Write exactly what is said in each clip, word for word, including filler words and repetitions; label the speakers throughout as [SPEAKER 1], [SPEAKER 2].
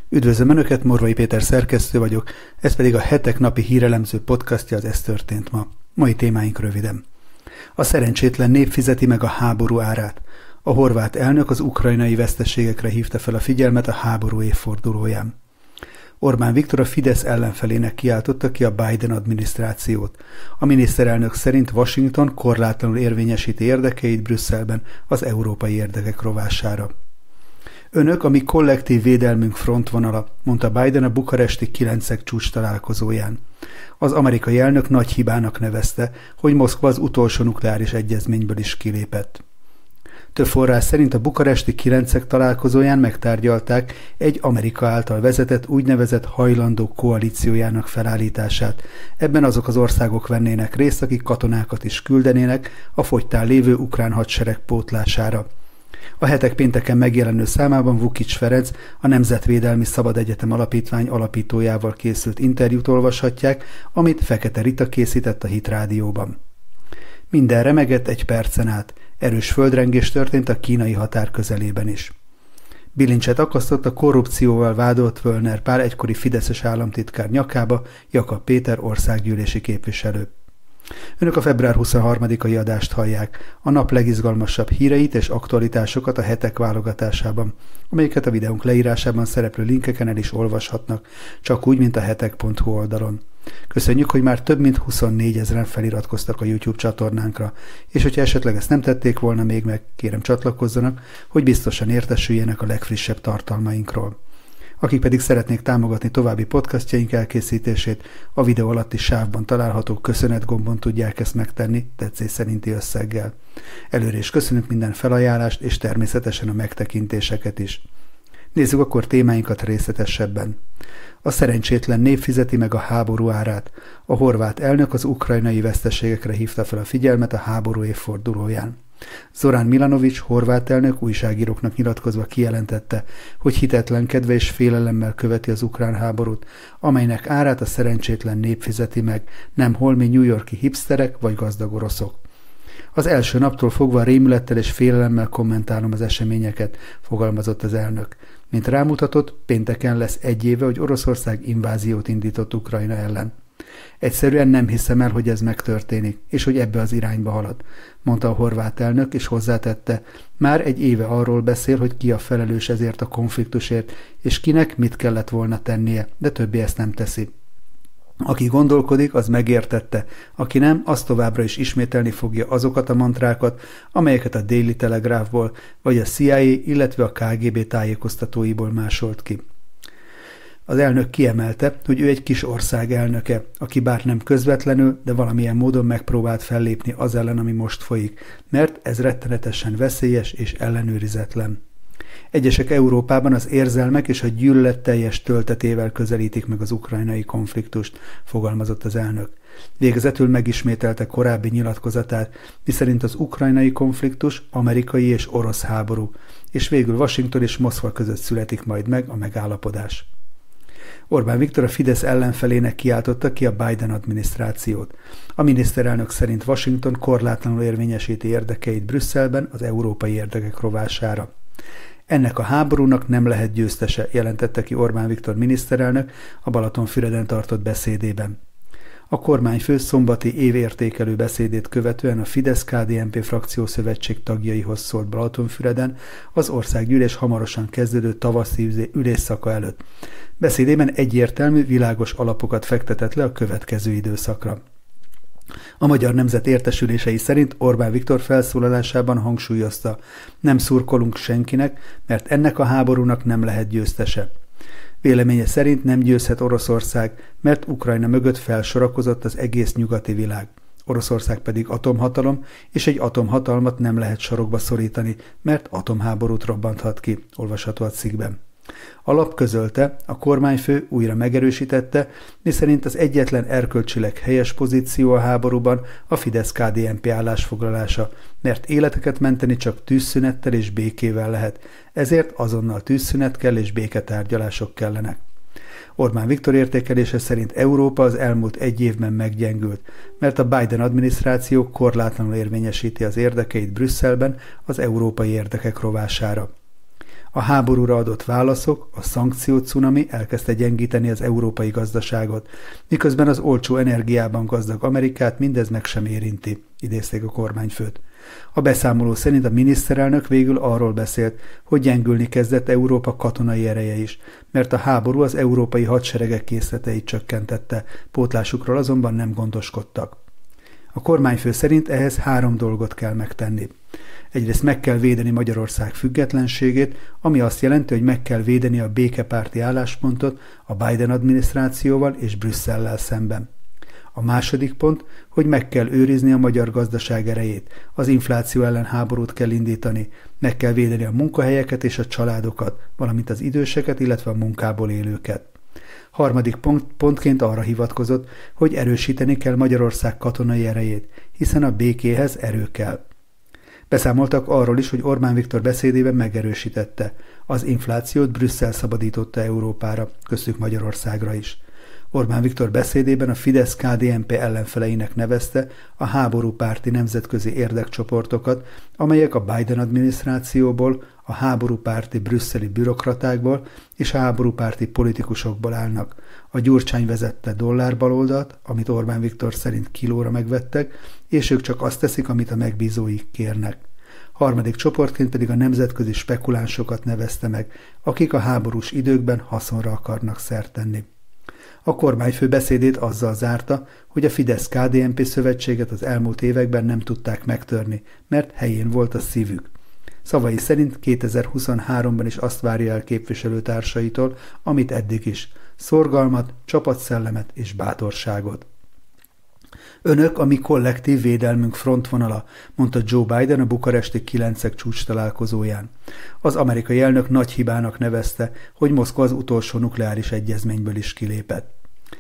[SPEAKER 1] Üdvözlöm Önöket, Morvai Péter szerkesztő vagyok, ez pedig a hetek napi hírelemző podcastja, az Ez történt ma. Mai témáink röviden. A szerencsétlen nép fizeti meg a háború árát. A horvát elnök az ukrajnai veszteségekre hívta fel a figyelmet a háború évfordulóján. Orbán Viktor a Fidesz ellenfelének kiáltotta ki a Biden adminisztrációt. A miniszterelnök szerint Washington korlátlanul érvényesíti érdekeit Brüsszelben az európai érdekek rovására. Önök a mi kollektív védelmünk frontvonala, mondta Biden a bukaresti kilencek csúcs találkozóján. Az amerikai elnök nagy hibának nevezte, hogy Moszkva az utolsó nukleáris egyezményből is kilépett. Több forrás szerint a bukaresti kilencek találkozóján megtárgyalták egy Amerika által vezetett úgynevezett hajlandó koalíciójának felállítását. Ebben azok az országok vennének részt, akik katonákat is küldenének a fogytán lévő ukrán hadsereg pótlására. A hetek pénteken megjelenő számában Vukics Ferenc, a Nemzetvédelmi Szabad Egyetem Alapítvány alapítójával készült interjút olvashatják, amit Fekete Rita készített a Hit Rádióban. Minden remegett egy percen át. Erős földrengés történt a kínai határ közelében is. Bilincset akasztott a korrupcióval vádolt Völner Pál egykori fideszes államtitkár nyakába, Jakab Péter országgyűlési képviselő. Önök a február huszonharmadikai adást hallják, a nap legizgalmasabb híreit és aktualitásokat a hetek válogatásában, amelyeket a videónk leírásában szereplő linkeken el is olvashatnak, csak úgy, mint a hetek pont hu oldalon. Köszönjük, hogy már több mint huszonnégyezren feliratkoztak a YouTube csatornánkra, és hogyha esetleg ezt nem tették volna még meg, kérem csatlakozzanak, hogy biztosan értesüljenek a legfrissebb tartalmainkról. Akik pedig szeretnék támogatni további podcastjaink elkészítését, a videó alatti sávban található köszönet gombon tudják ezt megtenni tetszés szerinti összeggel. Előre is köszönünk minden felajánlást és természetesen a megtekintéseket is. Nézzük akkor témáinkat részletesebben. A szerencsétlen nép fizeti meg a háború árát. A horvát elnök az ukrajnai veszteségekre hívta fel a figyelmet a háború évfordulóján. Zorán Milanović horvát elnök újságíróknak nyilatkozva kijelentette, hogy hitetlenkedve és félelemmel követi az ukrán háborút, amelynek árát a szerencsétlen nép fizeti meg, nem holmi New York-i hipsterek vagy gazdag oroszok. Az első naptól fogva rémülettel és félelemmel kommentálom az eseményeket, fogalmazott az elnök. Mint rámutatott, pénteken lesz egy éve, hogy Oroszország inváziót indított Ukrajna ellen. Egyszerűen nem hiszem el, hogy ez megtörténik, és hogy ebbe az irányba halad, mondta a horvát elnök, és hozzátette, már egy éve arról beszél, hogy ki a felelős ezért a konfliktusért, és kinek mit kellett volna tennie, de többé ezt nem teszi. Aki gondolkodik, az megértette, aki nem, az továbbra is ismételni fogja azokat a mantrákat, amelyeket a Daily Telegraphból vagy a C I A, illetve a K G B tájékoztatóiból másolt ki. Az elnök kiemelte, hogy ő egy kis ország elnöke, aki bár nem közvetlenül, de valamilyen módon megpróbált fellépni az ellen, ami most folyik, mert ez rettenetesen veszélyes és ellenőrizetlen. Egyesek Európában az érzelmek és a gyűlölet teljes töltetével közelítik meg az ukrajnai konfliktust, fogalmazott az elnök. Végezetül megismételte korábbi nyilatkozatát, miszerint az ukrajnai konfliktus amerikai és orosz háború, és végül Washington és Moszkva között születik majd meg a megállapodás. Orbán Viktor a Fidesz ellenfelének kiáltotta ki a Biden adminisztrációt. A miniszterelnök szerint Washington korlátlanul érvényesíti érdekeit Brüsszelben az európai érdekek rovására. Ennek a háborúnak nem lehet győztese, jelentette ki Orbán Viktor miniszterelnök a Balatonfüreden tartott beszédében. A kormányfő szombati évértékelő beszédét követően a Fidesz-K D N P frakciószövetség tagjaihoz szólt Balatonfüreden az országgyűlés hamarosan kezdődő tavaszi ülésszaka előtt. Beszédében egyértelmű, világos alapokat fektetett le a következő időszakra. A magyar nemzet értesülései szerint Orbán Viktor felszólalásában hangsúlyozta, nem szurkolunk senkinek, mert ennek a háborúnak nem lehet győztese. Véleménye szerint nem győzhet Oroszország, mert Ukrajna mögött felsorakozott az egész nyugati világ. Oroszország pedig atomhatalom, és egy atomhatalmat nem lehet sarokba szorítani, mert atomháborút robbanthat ki, olvasható a cikkben. A lap közölte, a kormányfő újra megerősítette, miszerint az egyetlen erkölcsileg helyes pozíció a háborúban a Fidesz-K D N P állásfoglalása, mert életeket menteni csak tűzszünettel és békével lehet, ezért azonnal tűzszünet kell és béketárgyalások kellenek. Orbán Viktor értékelése szerint Európa az elmúlt egy évben meggyengült, mert a Biden adminisztráció korlátlanul érvényesíti az érdekeit Brüsszelben az európai érdekek rovására. A háborúra adott válaszok, a szankciócunami elkezdte gyengíteni az európai gazdaságot, miközben az olcsó energiában gazdag Amerikát mindez meg sem érinti, idézték a kormányfőt. A beszámoló szerint a miniszterelnök végül arról beszélt, hogy gyengülni kezdett Európa katonai ereje is, mert a háború az európai hadseregek készleteit csökkentette, pótlásukról azonban nem gondoskodtak. A kormányfő szerint ehhez három dolgot kell megtenni. Egyrészt meg kell védeni Magyarország függetlenségét, ami azt jelenti, hogy meg kell védeni a békepárti álláspontot a Biden adminisztrációval és Brüsszellel szemben. A második pont, hogy meg kell őrizni a magyar gazdaság erejét, az infláció ellen háborút kell indítani, meg kell védeni a munkahelyeket és a családokat, valamint az időseket, illetve a munkából élőket. Harmadik pont, pontként arra hivatkozott, hogy erősíteni kell Magyarország katonai erejét, hiszen a békéhez erő kell. Beszámoltak arról is, hogy Orbán Viktor beszédében megerősítette, az inflációt Brüsszel szabadította Európára, köztük Magyarországra is. Orbán Viktor beszédében a Fidesz-ká dé en pé ellenfeleinek nevezte a háborúpárti nemzetközi érdekcsoportokat, amelyek a Biden adminisztrációból, a háborúpárti brüsszeli bürokratákból és a háborúpárti politikusokból állnak. A Gyurcsány vezette dollárbaloldalt, amit Orbán Viktor szerint kilóra megvettek, és ők csak azt teszik, amit a megbízóik kérnek. Harmadik csoportként pedig a nemzetközi spekulánsokat nevezte meg, akik a háborús időkben haszonra akarnak szert tenni. A kormányfő beszédét azzal zárta, hogy a Fidesz-ká dé en pé szövetséget az elmúlt években nem tudták megtörni, mert helyén volt a szívük. Szavai szerint kétezer-huszonháromban is azt várja el képviselőtársaitól, amit eddig is, szorgalmat, csapatszellemet és bátorságot. Önök a mi kollektív védelmünk frontvonala, mondta Joe Biden a bukaresti kilencek csúcs találkozóján. Az amerikai elnök nagy hibának nevezte, hogy Moszkva az utolsó nukleáris egyezményből is kilépett.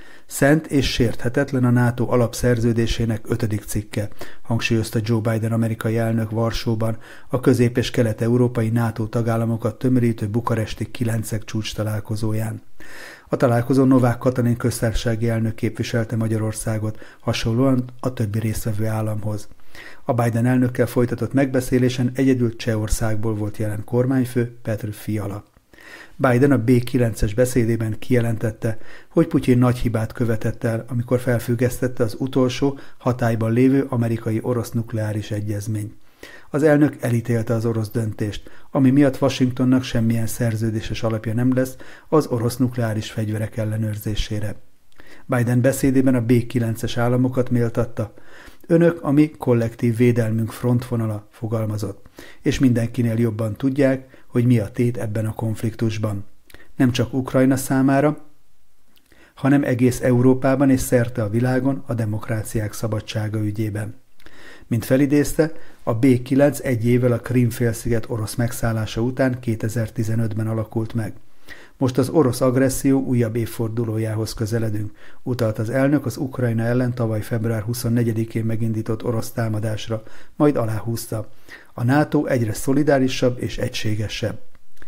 [SPEAKER 1] Szent és sérthetetlen a NATO alapszerződésének ötödik cikke, hangsúlyozta Joe Biden amerikai elnök Varsóban a közép- és kelet-európai NATO tagállamokat tömörítő bukaresti kilencek csúcs találkozóján. A találkozón Novák Katalin köztársasági elnök képviselte Magyarországot, hasonlóan a többi résztvevő államhoz. A Biden elnökkel folytatott megbeszélésen egyedül Csehországból volt jelen kormányfő Petr Fiala. Biden a bé kilences beszédében kijelentette, hogy Putyin nagy hibát követett el, amikor felfüggesztette az utolsó hatályban lévő amerikai-orosz nukleáris egyezményt. Az elnök elítélte az orosz döntést, ami miatt Washingtonnak semmilyen szerződéses alapja nem lesz az orosz nukleáris fegyverek ellenőrzésére. Biden beszédében a bé kilences államokat méltatta. Önök a mi kollektív védelmünk frontvonala, fogalmazott, és mindenkinél jobban tudják, hogy mi a tét ebben a konfliktusban. Nem csak Ukrajna számára, hanem egész Európában és szerte a világon a demokráciák szabadsága ügyében. Mint felidézte, a bé kilenc egy évvel a Krím-félsziget orosz megszállása után kétezer-tizenötben alakult meg. Most az orosz agresszió újabb évfordulójához közeledünk, utalt az elnök az Ukrajna ellen tavaly február huszonnegyedikén megindított orosz támadásra, majd aláhúzta. A NATO egyre szolidárisabb és egységesebb.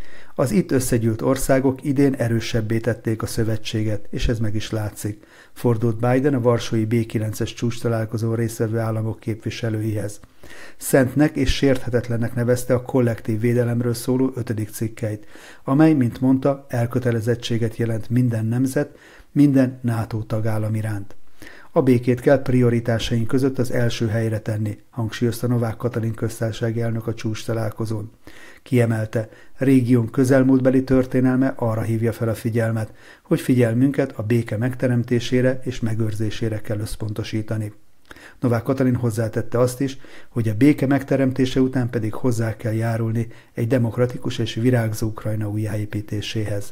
[SPEAKER 1] Az itt összegyűlt országok idén erősebbé tették a szövetséget, és ez meg is látszik, fordult Biden a varsói bé kilences csúcs találkozón résztvevő államok képviselőihez. Szentnek és sérthetetlennek nevezte a kollektív védelemről szóló ötödik cikkeit, amely, mint mondta, elkötelezettséget jelent minden nemzet, minden NATO tagállam iránt. A békét kell prioritásaink között az első helyre tenni, hangsúlyozta Novák Katalin köztársasági elnök a csúcs találkozón. Kiemelte, régión közelmúltbeli történelme arra hívja fel a figyelmet, hogy figyelmünket a béke megteremtésére és megőrzésére kell összpontosítani. Novák Katalin hozzátette azt is, hogy a béke megteremtése után pedig hozzá kell járulni egy demokratikus és virágzó Ukrajna újjáépítéséhez.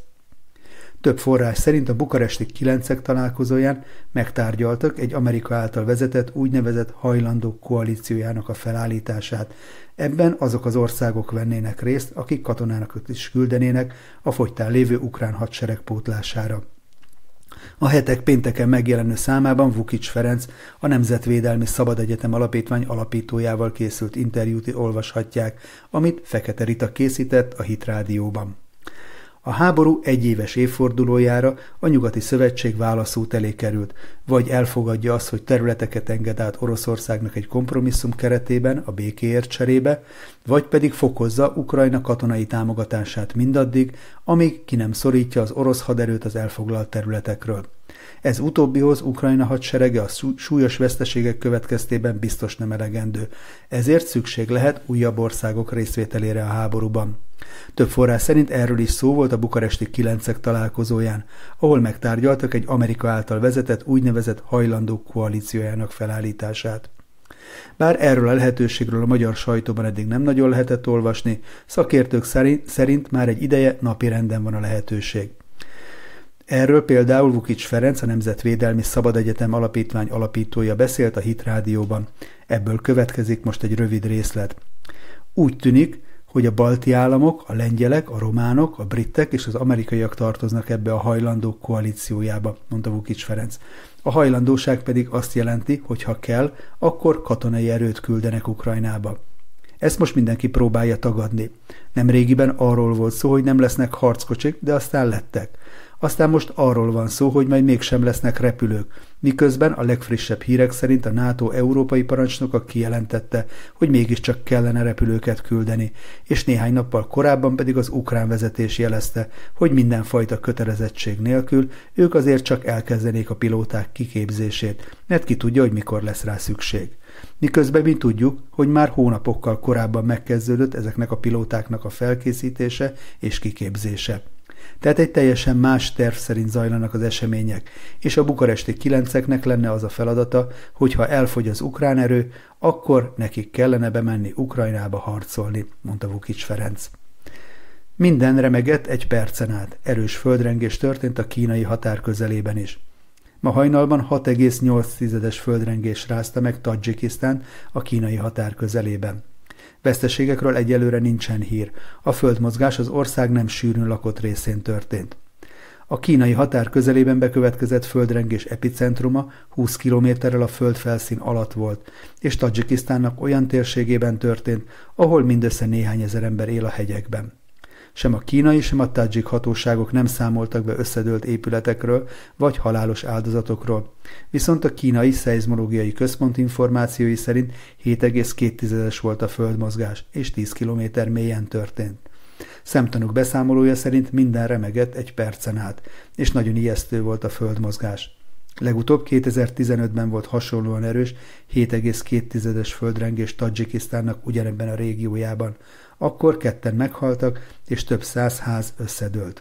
[SPEAKER 1] Több forrás szerint a bukaresti kilencek találkozóján megtárgyaltak egy Amerika által vezetett úgynevezett hajlandó koalíciójának a felállítását. Ebben azok az országok vennének részt, akik katonának is küldenének a fogytán lévő ukrán hadsereg pótlására. A hetek pénteken megjelenő számában Vukics Ferenc, a Nemzetvédelmi Szabad Egyetem Alapítvány alapítójával készült interjút olvashatják, amit Fekete Rita készített a Hit Rádióban. A háború egyéves évfordulójára a Nyugati Szövetség válaszút elé került, vagy elfogadja azt, hogy területeket enged át Oroszországnak egy kompromisszum keretében a békéért cserébe, vagy pedig fokozza Ukrajna katonai támogatását mindaddig, amíg ki nem szorítja az orosz haderőt az elfoglalt területekről. Ez utóbbihoz Ukrajna hadserege a súlyos veszteségek következtében biztos nem elegendő, ezért szükség lehet újabb országok részvételére a háborúban. Több forrás szerint erről is szó volt a bukaresti kilencek találkozóján, ahol megtárgyaltak egy Amerika által vezetett úgynevezett hajlandók koalíciójának felállítását. Bár erről a lehetőségről a magyar sajtóban eddig nem nagyon lehetett olvasni, szakértők szerint már egy ideje napirenden van a lehetőség. Erről például Vukics Ferenc, a Nemzetvédelmi Szabadegyetem Alapítvány alapítója beszélt a Hit Rádióban. Ebből következik most egy rövid részlet. Úgy tűnik, hogy a balti államok, a lengyelek, a románok, a britek és az amerikaiak tartoznak ebbe a hajlandók koalíciójába, mondta Vukics Ferenc. A hajlandóság pedig azt jelenti, hogy ha kell, akkor katonai erőt küldenek Ukrajnába. Ezt most mindenki próbálja tagadni. Nemrégiben arról volt szó, hogy nem lesznek harckocsik, de aztán lettek. Aztán most arról van szó, hogy majd mégsem lesznek repülők, miközben a legfrissebb hírek szerint a NATO európai parancsnoka kijelentette, hogy mégiscsak kellene repülőket küldeni, és néhány nappal korábban pedig az ukrán vezetés jelezte, hogy mindenfajta kötelezettség nélkül ők azért csak elkezdenék a pilóták kiképzését, mert ki tudja, hogy mikor lesz rá szükség. Miközben mi tudjuk, hogy már hónapokkal korábban megkezdődött ezeknek a pilótáknak a felkészítése és kiképzése. Tehát egy teljesen más terv szerint zajlanak az események, és a bukaresti kilenceknek lenne az a feladata, hogy ha elfogy az ukrán erő, akkor nekik kellene bemenni Ukrajnába harcolni, mondta Vukics Ferenc. Minden remegett egy percen át, erős földrengés történt a kínai határ közelében is. Ma hajnalban hat egész nyolc tizedes földrengés rázta meg Tadzsikisztánt a kínai határ közelében. Veszteségekről egyelőre nincsen hír, a földmozgás az ország nem sűrűn lakott részén történt. A kínai határ közelében bekövetkezett földrengés epicentruma húsz kilométerrel a földfelszín alatt volt, és Tadzsikisztánnak olyan térségében történt, ahol mindössze néhány ezer ember él a hegyekben. Sem a kínai, sem a tadzsik hatóságok nem számoltak be összedőlt épületekről vagy halálos áldozatokról, viszont a kínai szeizmológiai központ információi szerint hét egész két tizedes volt a földmozgás, és tíz kilométer mélyen történt. Szemtanúk beszámolója szerint minden remegett egy percen át, és nagyon ijesztő volt a földmozgás. Legutóbb kétezer-tizenötben volt hasonlóan erős hét egész két tizedes földrengés Tadzsikisztánnak ugyanebben a régiójában. Akkor ketten meghaltak, és több száz ház összedőlt.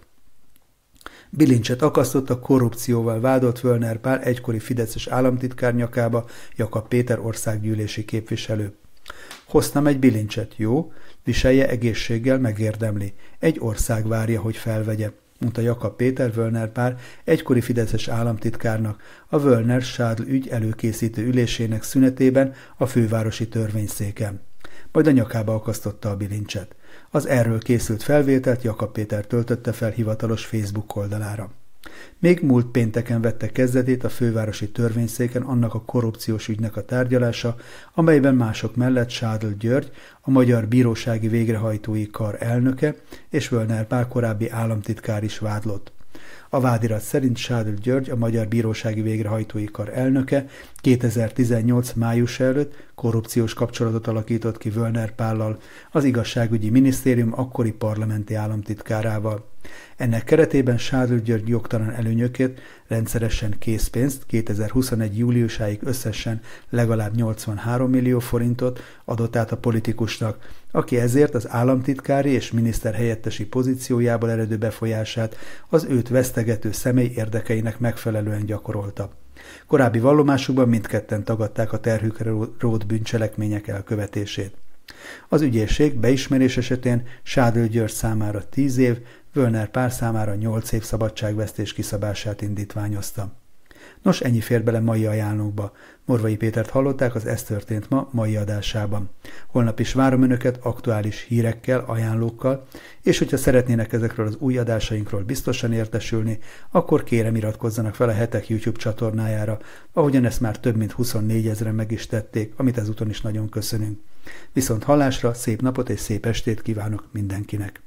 [SPEAKER 1] Bilincset akasztott a korrupcióval vádolt Völner Pál egykori fideszes államtitkár nyakába Jakab Péter országgyűlési képviselő. Hoztam egy bilincset, jó? Viselje egészséggel, megérdemli. Egy ország várja, hogy felvegye, mondta Jakab Péter Völner Pál egykori fideszes államtitkárnak a Völner-Sádl ügy előkészítő ülésének szünetében a fővárosi törvényszéken. Majd a nyakába akasztotta a bilincset. Az erről készült felvételt Jakab Péter töltötte fel hivatalos Facebook oldalára. Még múlt pénteken vette kezdetét a fővárosi törvényszéken annak a korrupciós ügynek a tárgyalása, amelyben mások mellett Sádl György, a Magyar Bírósági Végrehajtói Kar elnöke és Völner Pál korábbi államtitkár is vádlott. A vádirat szerint Sádl György, a Magyar Bírósági Végrehajtói Kar elnöke kétezer-tizennyolc május előtt korrupciós kapcsolatot alakított ki Völner Pállal, az igazságügyi minisztérium akkori parlamenti államtitkárával. Ennek keretében Sádl György jogtalan előnyökért rendszeresen készpénzt kétezer-huszonegy júliusáig összesen legalább nyolcvanhárom millió forintot adott át a politikusnak, aki ezért az államtitkári és miniszterhelyettesi pozíciójából eredő befolyását az őt vesztegető személy érdekeinek megfelelően gyakorolta. Korábbi vallomásukban mindketten tagadták a terhükre rótt bűncselekmények elkövetését. Az ügyészség beismerés esetén Sádl György számára tíz év, Völner Pál számára nyolc év szabadságvesztés kiszabását indítványozta. Nos, ennyi fér bele mai ajánlókba. Morvai Pétert hallották az Ez történt ma mai adásában. Holnap is várom Önöket aktuális hírekkel, ajánlókkal, és hogyha szeretnének ezekről az új adásainkról biztosan értesülni, akkor kérem iratkozzanak fel a Hetek YouTube csatornájára, ahogyan ezt már több mint huszonnégyezren meg is tették, amit ezúton is nagyon köszönünk. Viszont hallásra, szép napot és szép estét kívánok mindenkinek!